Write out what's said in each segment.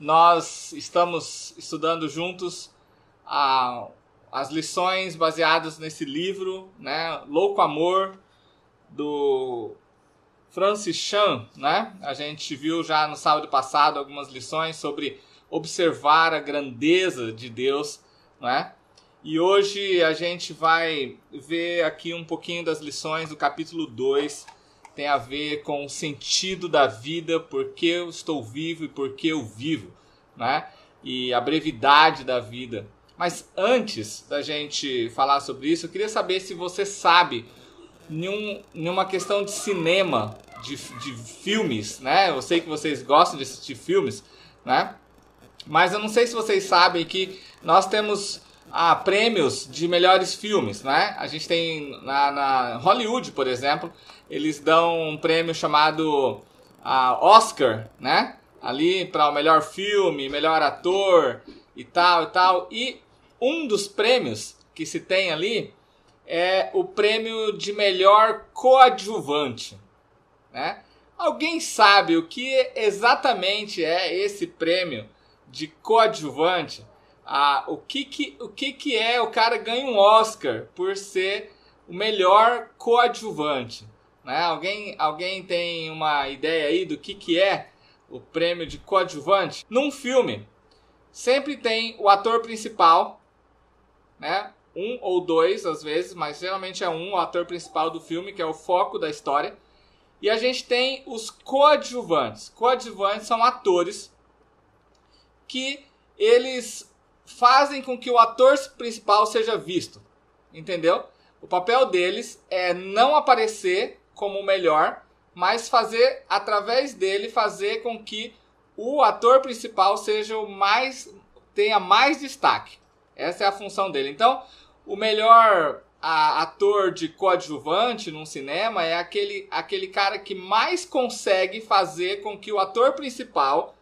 nós estamos estudando juntos as lições baseadas nesse livro, né? Louco Amor, do Francis Chan, né? A gente viu já no sábado passado algumas lições sobre observar a grandeza de Deus, né? E hoje a gente vai ver aqui um pouquinho das lições do capítulo 2. Tem a ver com o sentido da vida, por que eu estou vivo e por que eu vivo, né? E a brevidade da vida. Mas antes da gente falar sobre isso, eu queria saber se você sabe, numa questão de cinema, de filmes, né? Eu sei que vocês gostam de assistir filmes, né? Mas eu não sei se vocês sabem que nós temos prêmios de melhores filmes, né? A gente tem na Hollywood, por exemplo, eles dão um prêmio chamado Oscar, né? Ali para o melhor filme, melhor ator e tal e tal. E um dos prêmios que se tem ali é o prêmio de melhor coadjuvante, né? Alguém sabe o que exatamente é esse prêmio de coadjuvante? O que é o cara ganha um Oscar por ser o melhor coadjuvante, né? Alguém tem uma ideia aí do que é o prêmio de coadjuvante? Num filme, sempre tem o ator principal, né? Um ou dois às vezes, mas geralmente é o ator principal do filme, que é o foco da história. E a gente tem os coadjuvantes. Coadjuvantes são atores que eles fazem com que o ator principal seja visto, entendeu? O papel deles é não aparecer como o melhor, mas fazer, através dele, fazer com que o ator principal seja tenha mais destaque. Essa é a função dele. Então, o melhor ator de coadjuvante num cinema é aquele cara que mais consegue fazer com que o ator principal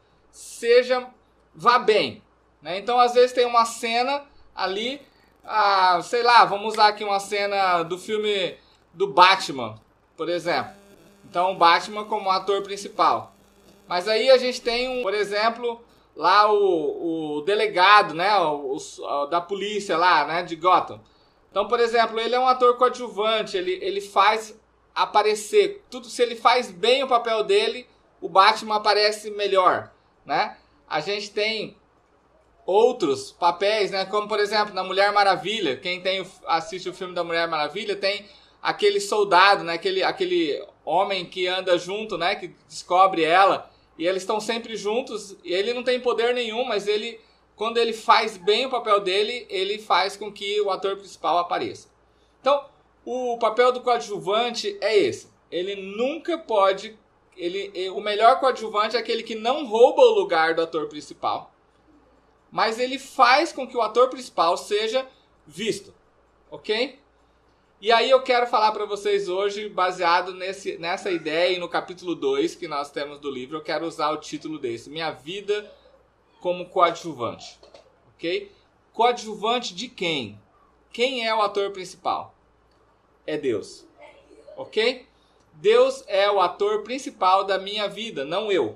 vá bem, né? Então, às vezes tem uma cena ali, sei lá, vamos usar aqui uma cena do filme do Batman, por exemplo. Então, o Batman como ator principal. Mas aí a gente tem, por exemplo, lá o delegado, né, da polícia lá, né, de Gotham. Então, por exemplo, ele é um ator coadjuvante, ele faz aparecer tudo. Se ele faz bem o papel dele, o Batman aparece melhor, né? A gente tem outros papéis, né? Como, por exemplo, na Mulher Maravilha. Quem assiste o filme da Mulher Maravilha tem aquele soldado, né? Aquele homem que anda junto, né? Que descobre ela. E eles estão sempre juntos. E ele não tem poder nenhum, mas quando ele faz bem o papel dele, ele faz com que o ator principal apareça. Então, o papel do coadjuvante é esse. Ele nunca pode... o melhor coadjuvante é aquele que não rouba o lugar do ator principal, mas ele faz com que o ator principal seja visto, ok? E aí eu quero falar para vocês hoje, baseado nessa ideia e no capítulo 2 que nós temos do livro, eu quero usar o título desse, Minha Vida como Coadjuvante, ok? Coadjuvante de quem? Quem é o ator principal? É Deus, ok? Deus é o ator principal da minha vida, não eu.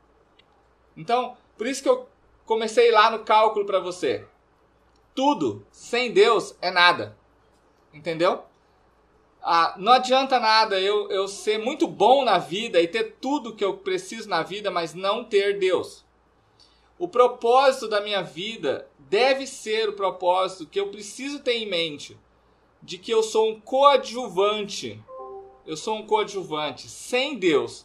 Então, por isso que eu comecei lá no cálculo para você. Tudo sem Deus é nada. Entendeu? Não adianta nada eu ser muito bom na vida e ter tudo que eu preciso na vida, mas não ter Deus. O propósito da minha vida deve ser o propósito que eu preciso ter em mente, de que eu sou um coadjuvante. Eu sou um coadjuvante. Sem Deus,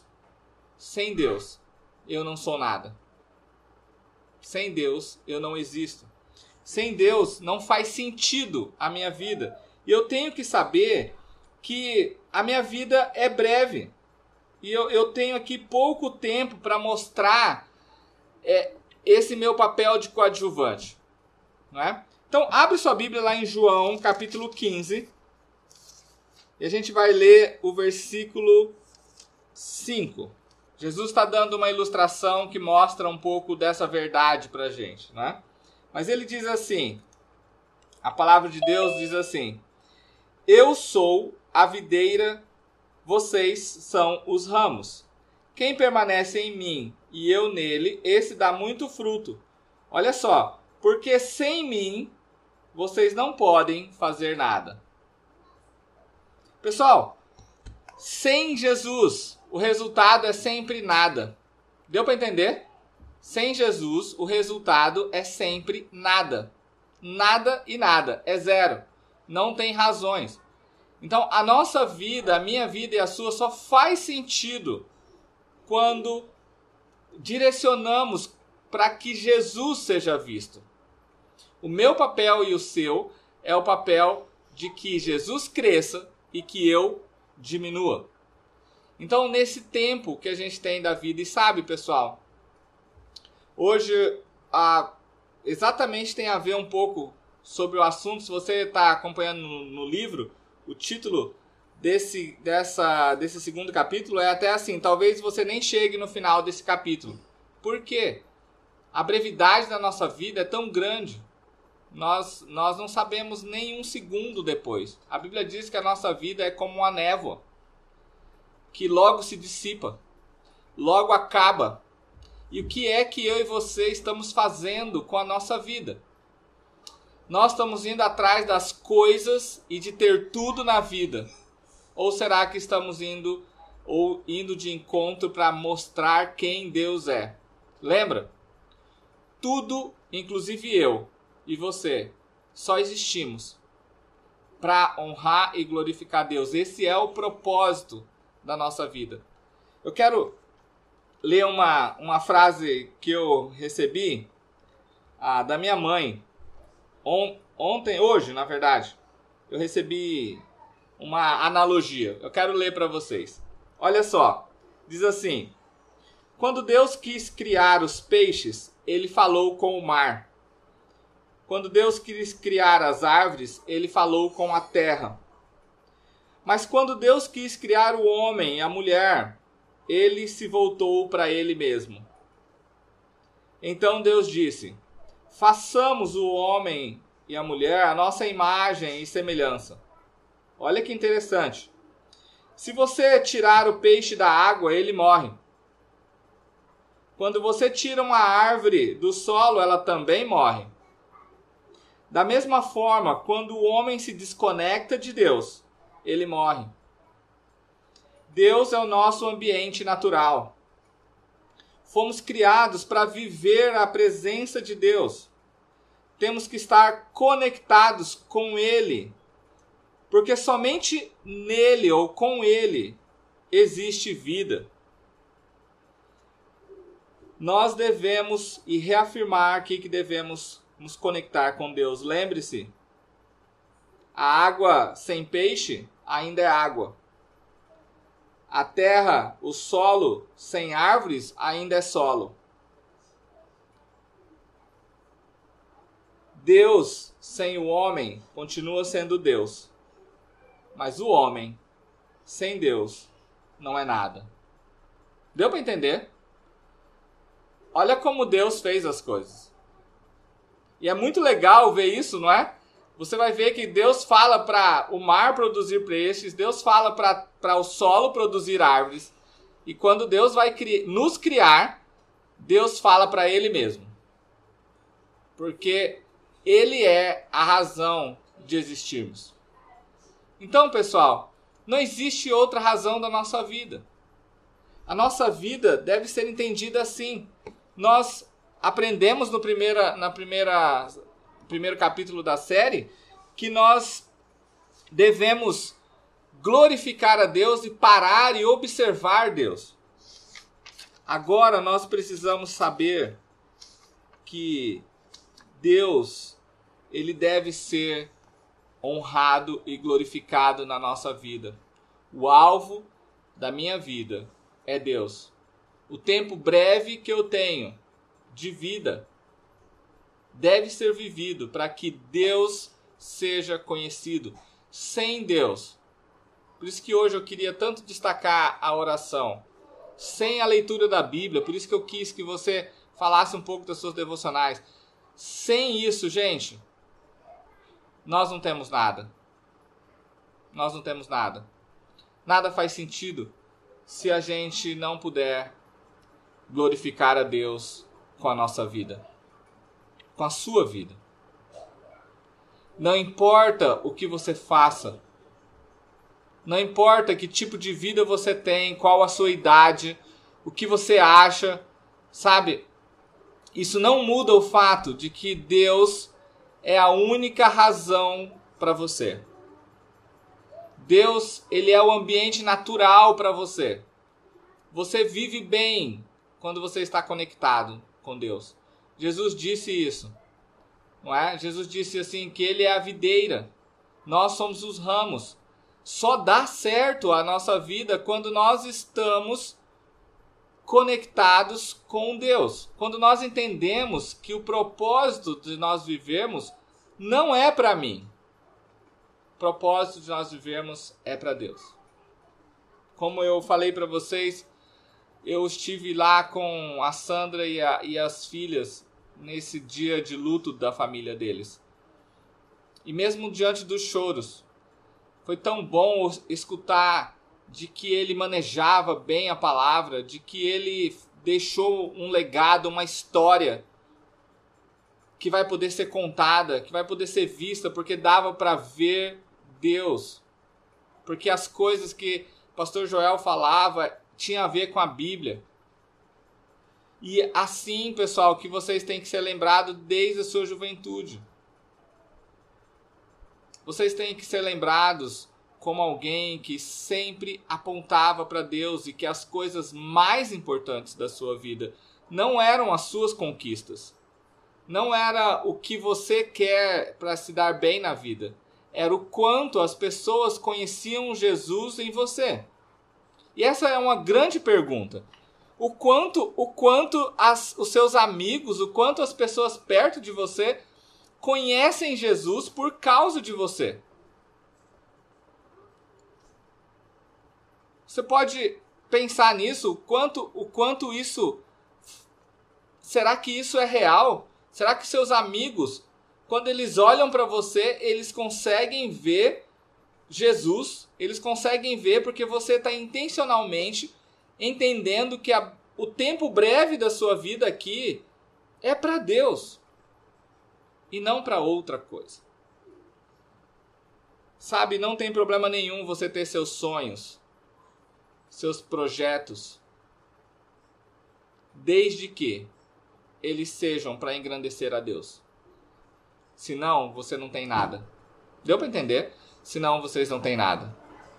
eu não sou nada. Sem Deus, eu não existo. Sem Deus, não faz sentido a minha vida. E eu tenho que saber que a minha vida é breve. E eu tenho aqui pouco tempo para mostrar esse meu papel de coadjuvante. Não é? Então, abre sua Bíblia lá em João, capítulo 15. E a gente vai ler o versículo 5. Jesus está dando uma ilustração que mostra um pouco dessa verdade para a gente, né? Mas ele diz assim, a palavra de Deus diz assim: Eu sou a videira, vocês são os ramos. Quem permanece em mim e eu nele, esse dá muito fruto. Olha só, porque sem mim vocês não podem fazer nada. Pessoal, sem Jesus o resultado é sempre nada. Deu para entender? Sem Jesus o resultado é sempre nada. Nada e nada, é zero. Não tem razões. Então a nossa vida, a minha vida e a sua só faz sentido quando direcionamos para que Jesus seja visto. O meu papel e o seu é o papel de que Jesus cresça e que eu diminua. Então, nesse tempo que a gente tem da vida, e sabe, pessoal, hoje exatamente tem a ver um pouco sobre o assunto. Se você está acompanhando no livro, o título desse segundo capítulo é até assim: talvez você nem chegue no final desse capítulo. Por quê? A brevidade da nossa vida é tão grande. Nós não sabemos nem um segundo depois. A Bíblia diz que a nossa vida é como uma névoa, que logo se dissipa, logo acaba. E o que é que eu e você estamos fazendo com a nossa vida? Nós estamos indo atrás das coisas e de ter tudo na vida? Ou será que estamos indo de encontro para mostrar quem Deus é? Lembra? Tudo, inclusive eu e você, só existimos para honrar e glorificar Deus. Esse é o propósito da nossa vida. Eu quero ler uma frase que eu recebi da minha mãe. Hoje, na verdade, eu recebi uma analogia. Eu quero ler para vocês. Olha só, diz assim: quando Deus quis criar os peixes, ele falou com o mar. Quando Deus quis criar as árvores, ele falou com a terra. Mas quando Deus quis criar o homem e a mulher, ele se voltou para ele mesmo. Então Deus disse: façamos o homem e a mulher a nossa imagem e semelhança. Olha que interessante. Se você tirar o peixe da água, ele morre. Quando você tira uma árvore do solo, ela também morre. Da mesma forma, quando o homem se desconecta de Deus, ele morre. Deus é o nosso ambiente natural. Fomos criados para viver a presença de Deus. Temos que estar conectados com Ele, porque somente nele ou com Ele existe vida. Nós devemos reafirmar aqui que devemos nos conectar com Deus. Lembre-se, a água sem peixe ainda é água. A terra, o solo sem árvores ainda é solo. Deus sem o homem continua sendo Deus. Mas o homem sem Deus não é nada. Deu para entender? Olha como Deus fez as coisas. E é muito legal ver isso, não é? Você vai ver que Deus fala para o mar produzir peixes, Deus fala para o solo produzir árvores. E quando Deus vai nos criar, Deus fala para Ele mesmo. Porque Ele é a razão de existirmos. Então, pessoal, não existe outra razão da nossa vida. A nossa vida deve ser entendida assim. Nós aprendemos no primeiro capítulo da série que nós devemos glorificar a Deus e parar e observar Deus. Agora nós precisamos saber que Deus, ele deve ser honrado e glorificado na nossa vida. O alvo da minha vida é Deus. O tempo breve que eu tenho de vida deve ser vivido para que Deus seja conhecido. Sem Deus. Por isso que hoje eu queria tanto destacar a oração. Sem a leitura da Bíblia, por isso que eu quis que você falasse um pouco das suas devocionais. Sem isso, gente, nós não temos nada. Nós não temos nada. Nada faz sentido se a gente não puder glorificar a Deus com a nossa vida, com a sua vida. Não importa o que você faça, não importa que tipo de vida você tem, qual a sua idade, o que você acha, sabe? Isso não muda o fato de que Deus é a única razão para você. Deus, ele é o ambiente natural para você. Você vive bem quando você está conectado com Deus. Jesus disse isso, não é? Jesus disse assim que ele é a videira, nós somos os ramos. Só dá certo a nossa vida quando nós estamos conectados com Deus. Quando nós entendemos que o propósito de nós vivermos não é para mim. O propósito de nós vivermos é para Deus. Como eu falei para vocês, eu estive lá com a Sandra e as filhas nesse dia de luto da família deles. E mesmo diante dos choros, foi tão bom escutar de que ele manejava bem a palavra, de que ele deixou um legado, uma história que vai poder ser contada, que vai poder ser vista, porque dava para ver Deus. Porque as coisas que o pastor Joel falava tinha a ver com a Bíblia. E assim, pessoal, que vocês têm que ser lembrados desde a sua juventude. Vocês têm que ser lembrados como alguém que sempre apontava para Deus e que as coisas mais importantes da sua vida não eram as suas conquistas. Não era o que você quer para se dar bem na vida. Era o quanto as pessoas conheciam Jesus em você. E essa é uma grande pergunta. O quanto os seus amigos, o quanto as pessoas perto de você conhecem Jesus por causa de você. Você pode pensar nisso, o quanto isso... Será que isso é real? Será que seus amigos, quando eles olham para você, eles conseguem ver Jesus? Eles conseguem ver porque você está intencionalmente entendendo que o tempo breve da sua vida aqui é para Deus e não para outra coisa. Sabe, não tem problema nenhum você ter seus sonhos, seus projetos, desde que eles sejam para engrandecer a Deus. Senão, você não tem nada. Deu para entender? Senão, vocês não têm nada.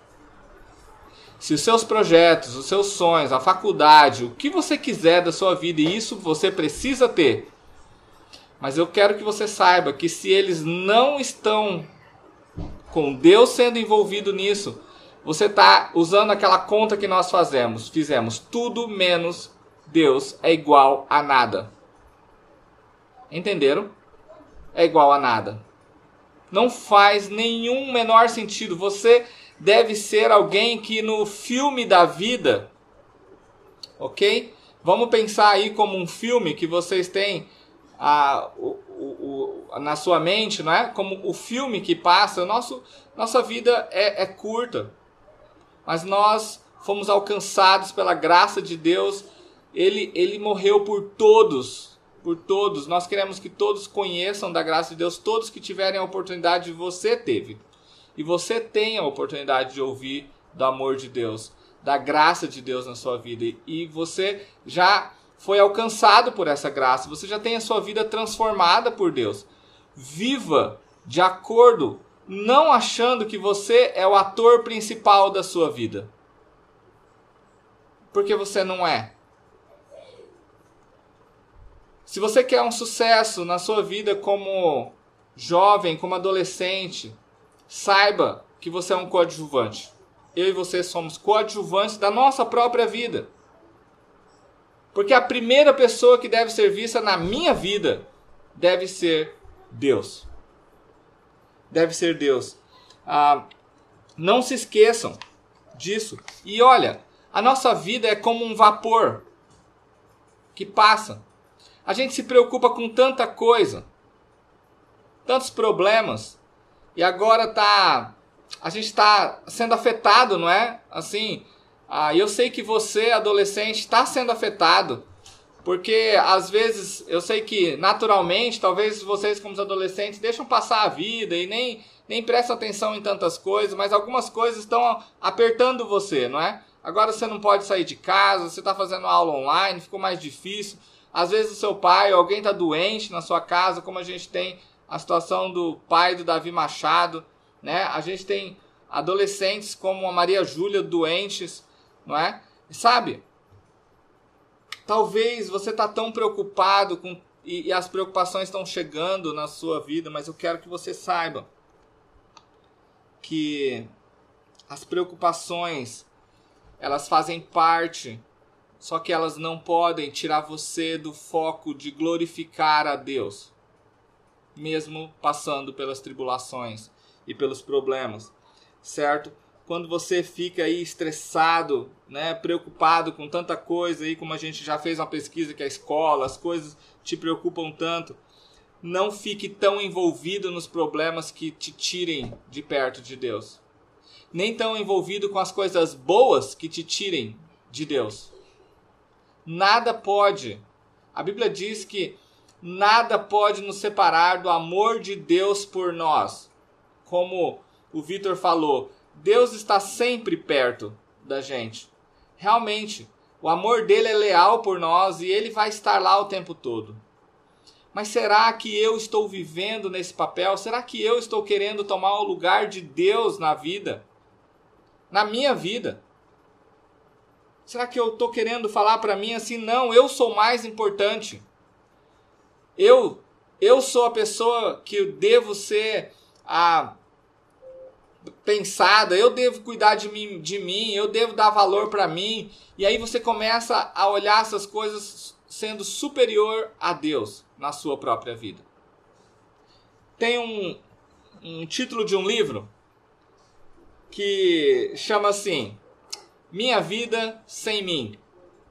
Se os seus projetos, os seus sonhos, a faculdade, o que você quiser da sua vida, e isso você precisa ter. Mas eu quero que você saiba que se eles não estão com Deus sendo envolvido nisso, você está usando aquela conta que nós fizemos. Tudo menos Deus é igual a nada. Entenderam? É igual a nada. Não faz nenhum menor sentido. Você deve ser alguém que no filme da vida, ok? Vamos pensar aí como um filme que vocês têm na sua mente, não é? Como o filme que passa. Nossa vida é curta, mas nós fomos alcançados pela graça de Deus. Ele morreu por todos. Por todos. Nós queremos que todos conheçam da graça de Deus. Todos que tiverem a oportunidade, você teve. E você tem a oportunidade de ouvir do amor de Deus, da graça de Deus na sua vida. E você já foi alcançado por essa graça. Você já tem a sua vida transformada por Deus. Viva de acordo, não achando que você é o ator principal da sua vida. Porque você não é. Se você quer um sucesso na sua vida como jovem, como adolescente, saiba que você é um coadjuvante. Eu e você somos coadjuvantes da nossa própria vida. Porque a primeira pessoa que deve ser vista na minha vida deve ser Deus. Deve ser Deus. Não se esqueçam disso. E olha, a nossa vida é como um vapor que passa. A gente se preocupa com tanta coisa, tantos problemas, e agora a gente está sendo afetado, não é? Assim, eu sei que você, adolescente, está sendo afetado Porque às vezes eu sei que naturalmente, talvez vocês como os adolescentes deixam passar a vida e nem prestam atenção em tantas coisas, mas algumas coisas estão apertando você, não é? Agora você não pode sair de casa, você está fazendo aula online, ficou mais difícil. Às vezes o seu pai ou alguém está doente na sua casa, como a gente tem a situação do pai do Davi Machado, né? A gente tem adolescentes como a Maria Júlia doentes, não é? E sabe? Talvez você está tão preocupado com e as preocupações estão chegando na sua vida, mas eu quero que você saiba que as preocupações, elas fazem parte, só que elas não podem tirar você do foco de glorificar a Deus, mesmo passando pelas tribulações e pelos problemas, certo? Quando você fica aí estressado, né, preocupado com tanta coisa aí, como a gente já fez uma pesquisa que a escola, as coisas te preocupam tanto, não fique tão envolvido nos problemas que te tirem de perto de Deus. Nem tão envolvido com as coisas boas que te tirem de Deus. Nada pode. A Bíblia diz que nada pode nos separar do amor de Deus por nós. Como o Vitor falou, Deus está sempre perto da gente. Realmente, o amor dele é leal por nós e ele vai estar lá o tempo todo. Mas será que eu estou vivendo nesse papel? Será que eu estou querendo tomar o lugar de Deus na vida? Na minha vida? Será que eu estou querendo falar para mim assim, não, eu sou mais importante. Eu sou a pessoa que devo ser a pensada, eu devo cuidar de mim, eu devo dar valor para mim. E aí você começa a olhar essas coisas sendo superior a Deus na sua própria vida. Tem um título de um livro que chama assim, Minha Vida Sem Mim.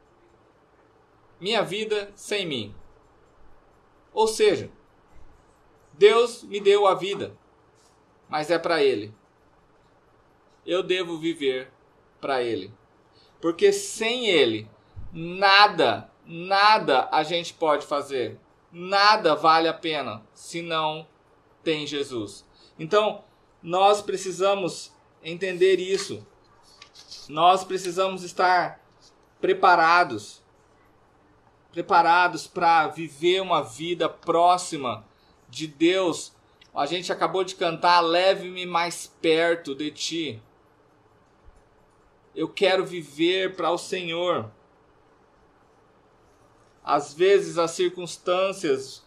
Minha Vida Sem Mim. Ou seja, Deus me deu a vida, mas é para Ele. Eu devo viver para Ele. Porque sem Ele, nada a gente pode fazer. Nada vale a pena se não tem Jesus. Então, nós precisamos entender isso. Nós precisamos estar preparados para viver uma vida próxima de Deus. A gente acabou de cantar, leve-me mais perto de ti. Eu quero viver para o Senhor. Às vezes as circunstâncias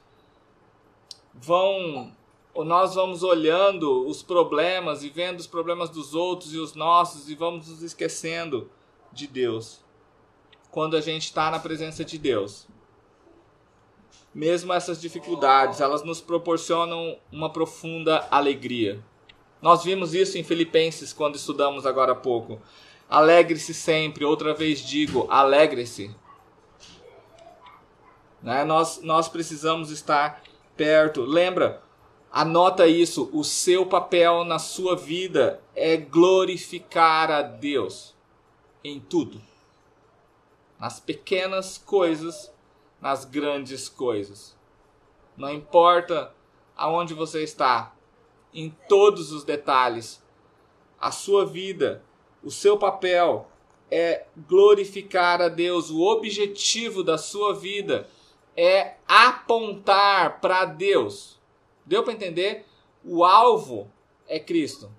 nós vamos olhando os problemas e vendo os problemas dos outros e os nossos e vamos nos esquecendo de Deus. Quando a gente está na presença de Deus. Mesmo essas dificuldades, elas nos proporcionam uma profunda alegria. Nós vimos isso em Filipenses quando estudamos agora há pouco. Alegre-se sempre, outra vez digo, alegre-se. Né? Nós precisamos estar perto. Lembra, anota isso, o seu papel na sua vida é glorificar a Deus em tudo. Nas pequenas coisas, nas grandes coisas. Não importa aonde você está, em todos os detalhes, a sua vida, o seu papel é glorificar a Deus. O objetivo da sua vida é apontar para Deus. Deu para entender? O alvo é Cristo.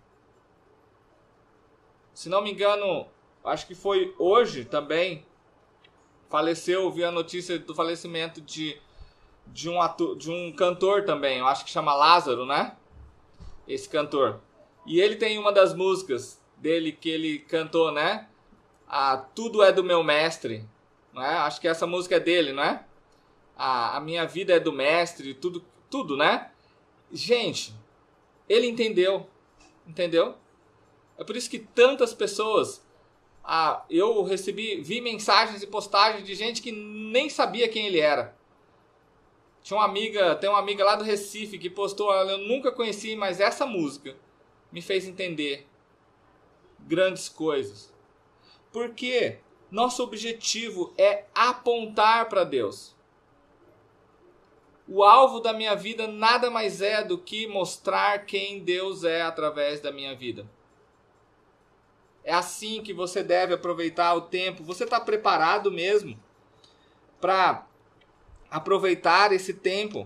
Se não me engano, acho que foi hoje também, faleceu, vi a notícia do falecimento de um cantor também, eu acho que chama Lázaro, né? Esse cantor. E ele tem uma das músicas dele que ele cantou, né? Tudo é do meu mestre, não é? Acho que essa música é dele, não é? A minha vida é do mestre, tudo, né? Gente, ele entendeu, entendeu? É por isso que tantas pessoas, eu vi mensagens e postagens de gente que nem sabia quem ele era. Tem uma amiga lá do Recife que postou, eu nunca conheci, mas essa música me fez entender grandes coisas. Por quê? Nosso objetivo é apontar para Deus. O alvo da minha vida nada mais é do que mostrar quem Deus é através da minha vida. É assim que você deve aproveitar o tempo. Você está preparado mesmo para aproveitar esse tempo?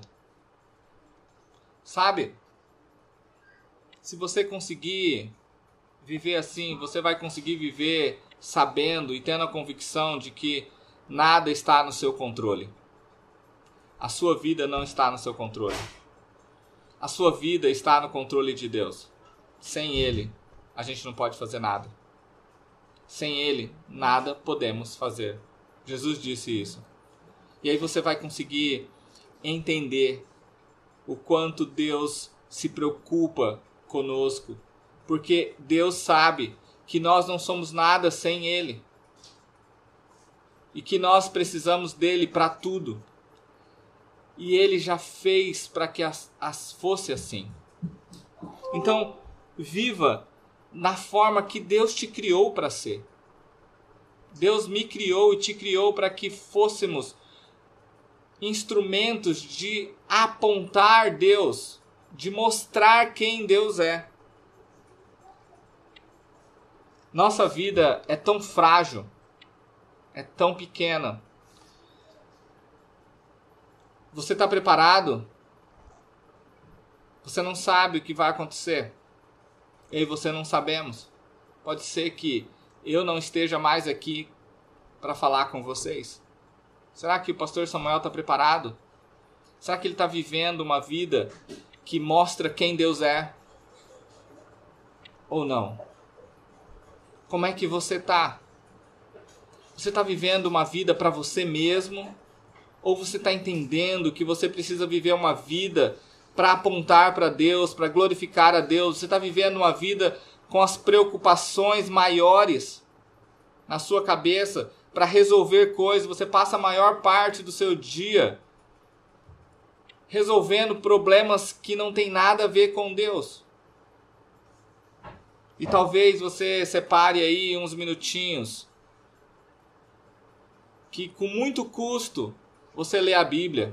Sabe? Se você conseguir viver assim, você vai conseguir viver sabendo e tendo a convicção de que nada está no seu controle. A sua vida não está no seu controle. A sua vida está no controle de Deus. Sem Ele, a gente não pode fazer nada. Sem Ele, nada podemos fazer. Jesus disse isso. E aí você vai conseguir entender o quanto Deus se preocupa conosco. Porque Deus sabe que nós não somos nada sem Ele. E que nós precisamos dele para tudo. E Ele já fez para que fosse assim. Então, viva na forma que Deus te criou para ser. Deus me criou e te criou para que fôssemos instrumentos de apontar Deus, de mostrar quem Deus é. Nossa vida é tão frágil, é tão pequena. Você está preparado? Você não sabe o que vai acontecer. Eu e você não sabemos. Pode ser que eu não esteja mais aqui para falar com vocês. Será que o pastor Samuel está preparado? Será que ele está vivendo uma vida que mostra quem Deus é? Ou não? Como é que você está? Você está vivendo uma vida para você mesmo? Ou você está entendendo que você precisa viver uma vida para apontar para Deus, para glorificar a Deus? Você está vivendo uma vida com as preocupações maiores na sua cabeça para resolver coisas? Você passa a maior parte do seu dia resolvendo problemas que não tem nada a ver com Deus. E talvez você separe aí uns minutinhos que com muito custo você lê a Bíblia.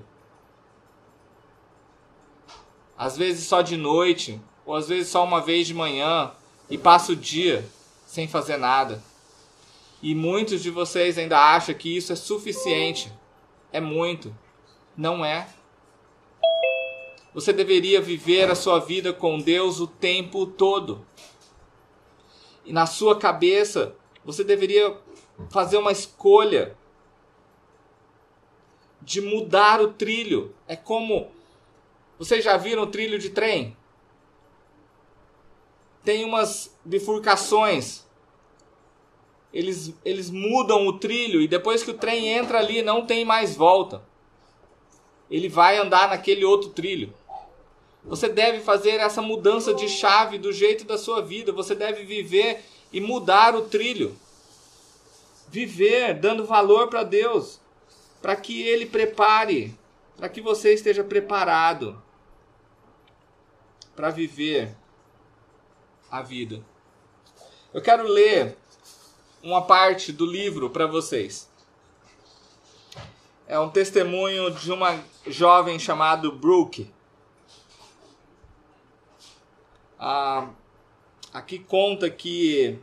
Às vezes só de noite, ou às vezes só uma vez de manhã, e passa o dia sem fazer nada. E muitos de vocês ainda acham que isso é suficiente. É muito. Não é. Você deveria viver a sua vida com Deus o tempo todo. E na sua cabeça, você deveria fazer uma escolha de mudar o trilho. É como... Vocês já viram o trilho de trem? Tem umas bifurcações. Eles mudam o trilho e depois que o trem entra ali, não tem mais volta. Ele vai andar naquele outro trilho. Você deve fazer essa mudança de chave do jeito da sua vida. Você deve viver e mudar o trilho. Viver dando valor para Deus. Para que Ele prepare. Para que você esteja preparado para viver a vida. Eu quero ler uma parte do livro para vocês. É um testemunho de uma jovem chamada Brooke. Aqui conta que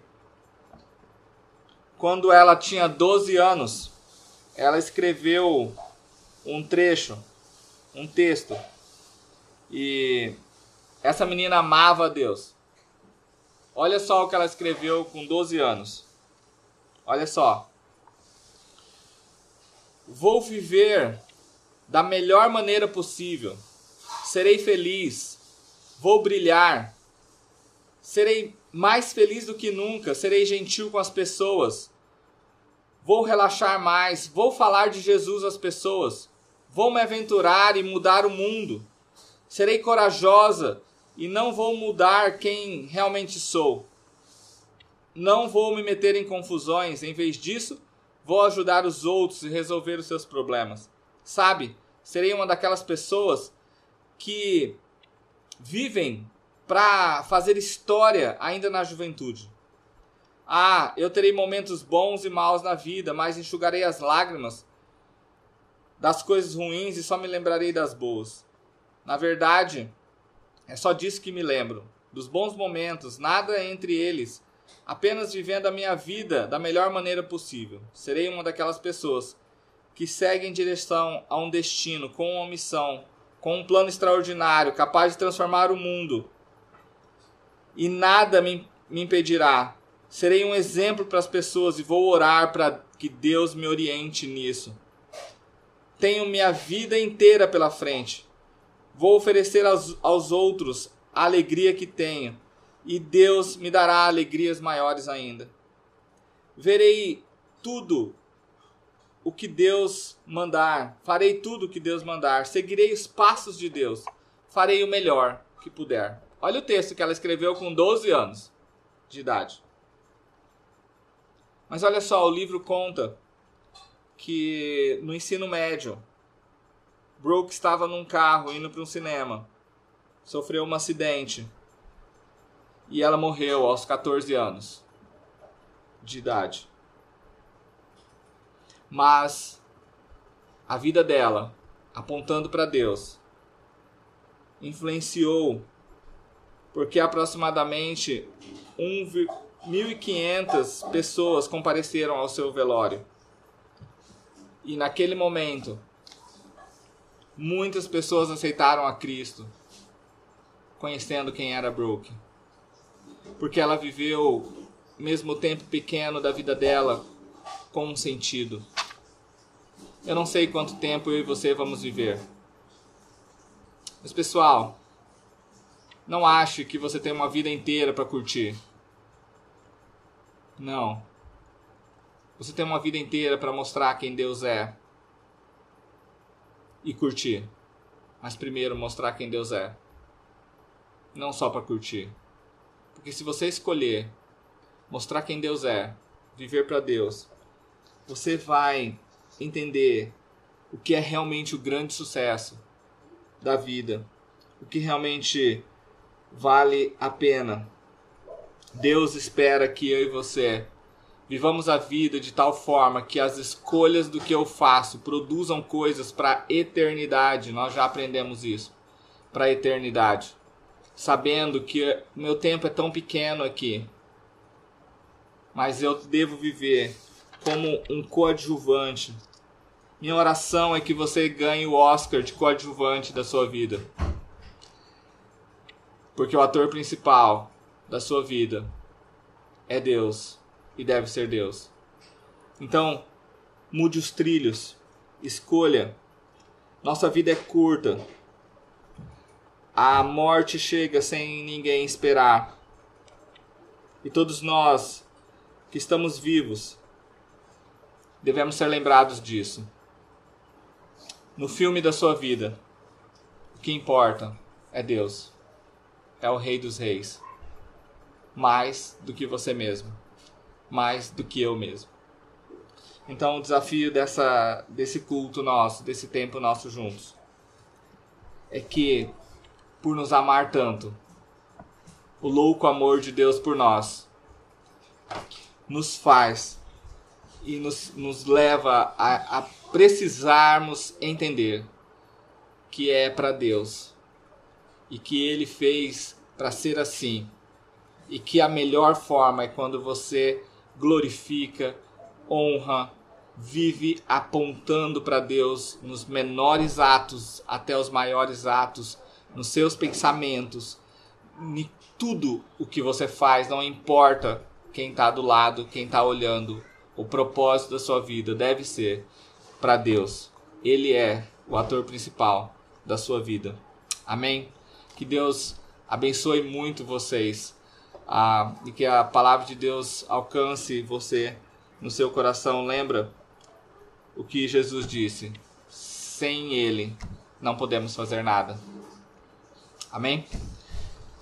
quando ela tinha 12 anos, ela escreveu um trecho, um texto. E essa menina amava a Deus. Olha só o que ela escreveu com 12 anos. Olha só. Vou viver da melhor maneira possível. Serei feliz. Vou brilhar. Serei mais feliz do que nunca. Serei gentil com as pessoas. Vou relaxar mais. Vou falar de Jesus às pessoas. Vou me aventurar e mudar o mundo. Serei corajosa e não vou mudar quem realmente sou. Não vou me meter em confusões. Em vez disso, vou ajudar os outros e resolver os seus problemas. Sabe, serei uma daquelas pessoas que vivem para fazer história ainda na juventude. Eu terei momentos bons e maus na vida, mas enxugarei as lágrimas das coisas ruins e só me lembrarei das boas. Na verdade, é só disso que me lembro. Dos bons momentos, nada entre eles, apenas vivendo a minha vida da melhor maneira possível. Serei uma daquelas pessoas que seguem em direção a um destino, com uma missão, com um plano extraordinário, capaz de transformar o mundo. E nada me impedirá. Serei um exemplo para as pessoas e vou orar para que Deus me oriente nisso. Tenho minha vida inteira pela frente. Vou oferecer aos outros a alegria que tenho. E Deus me dará alegrias maiores ainda. Verei tudo o que Deus mandar. Farei tudo o que Deus mandar. Seguirei os passos de Deus. Farei o melhor que puder. Olha o texto que ela escreveu com 12 anos de idade. Mas olha só, o livro conta que no ensino médio, Brooke estava num carro indo para um cinema. Sofreu um acidente. E ela morreu aos 14 anos de idade. Mas a vida dela, apontando para Deus, influenciou, porque aproximadamente 1.500 pessoas compareceram ao seu velório. E naquele momento, muitas pessoas aceitaram a Cristo, conhecendo quem era Brooke. Porque ela viveu, mesmo o tempo pequeno da vida dela, com um sentido. Eu não sei quanto tempo eu e você vamos viver. Mas pessoal, não ache que você tem uma vida inteira para curtir. Não. Você tem uma vida inteira para mostrar quem Deus é. E curtir. Mas primeiro mostrar quem Deus é. Não só para curtir. Porque se você escolher mostrar quem Deus é, viver para Deus, você vai entender o que é realmente o grande sucesso da vida. O que realmente vale a pena. Deus espera que eu e você vivamos a vida de tal forma que as escolhas do que eu faço produzam coisas para a eternidade. Nós já aprendemos isso. Para a eternidade. Sabendo que meu tempo é tão pequeno aqui. Mas eu devo viver como um coadjuvante. Minha oração é que você ganhe o Oscar de coadjuvante da sua vida. Porque o ator principal da sua vida é Deus. E deve ser Deus. Então, mude os trilhos. Escolha. Nossa vida é curta. A morte chega sem ninguém esperar. E todos nós que estamos vivos devemos ser lembrados disso. No filme da sua vida, o que importa é Deus. É o Rei dos Reis. Mais do que você mesmo. Mais do que eu mesmo. Então o desafio desse culto nosso, desse tempo nosso juntos, é que, por nos amar tanto, o louco amor de Deus por nós nos faz e nos leva a precisarmos entender que é para Deus e que Ele fez para ser assim, e que a melhor forma é quando você glorifica, honra, vive apontando para Deus nos menores atos até os maiores atos, nos seus pensamentos, em tudo o que você faz, não importa quem está do lado, quem está olhando. O propósito da sua vida deve ser para Deus. Ele é o ator principal da sua vida. Amém? Que Deus abençoe muito vocês. E que a palavra de Deus alcance você no seu coração. Lembra o que Jesus disse: sem Ele não podemos fazer nada. Amém?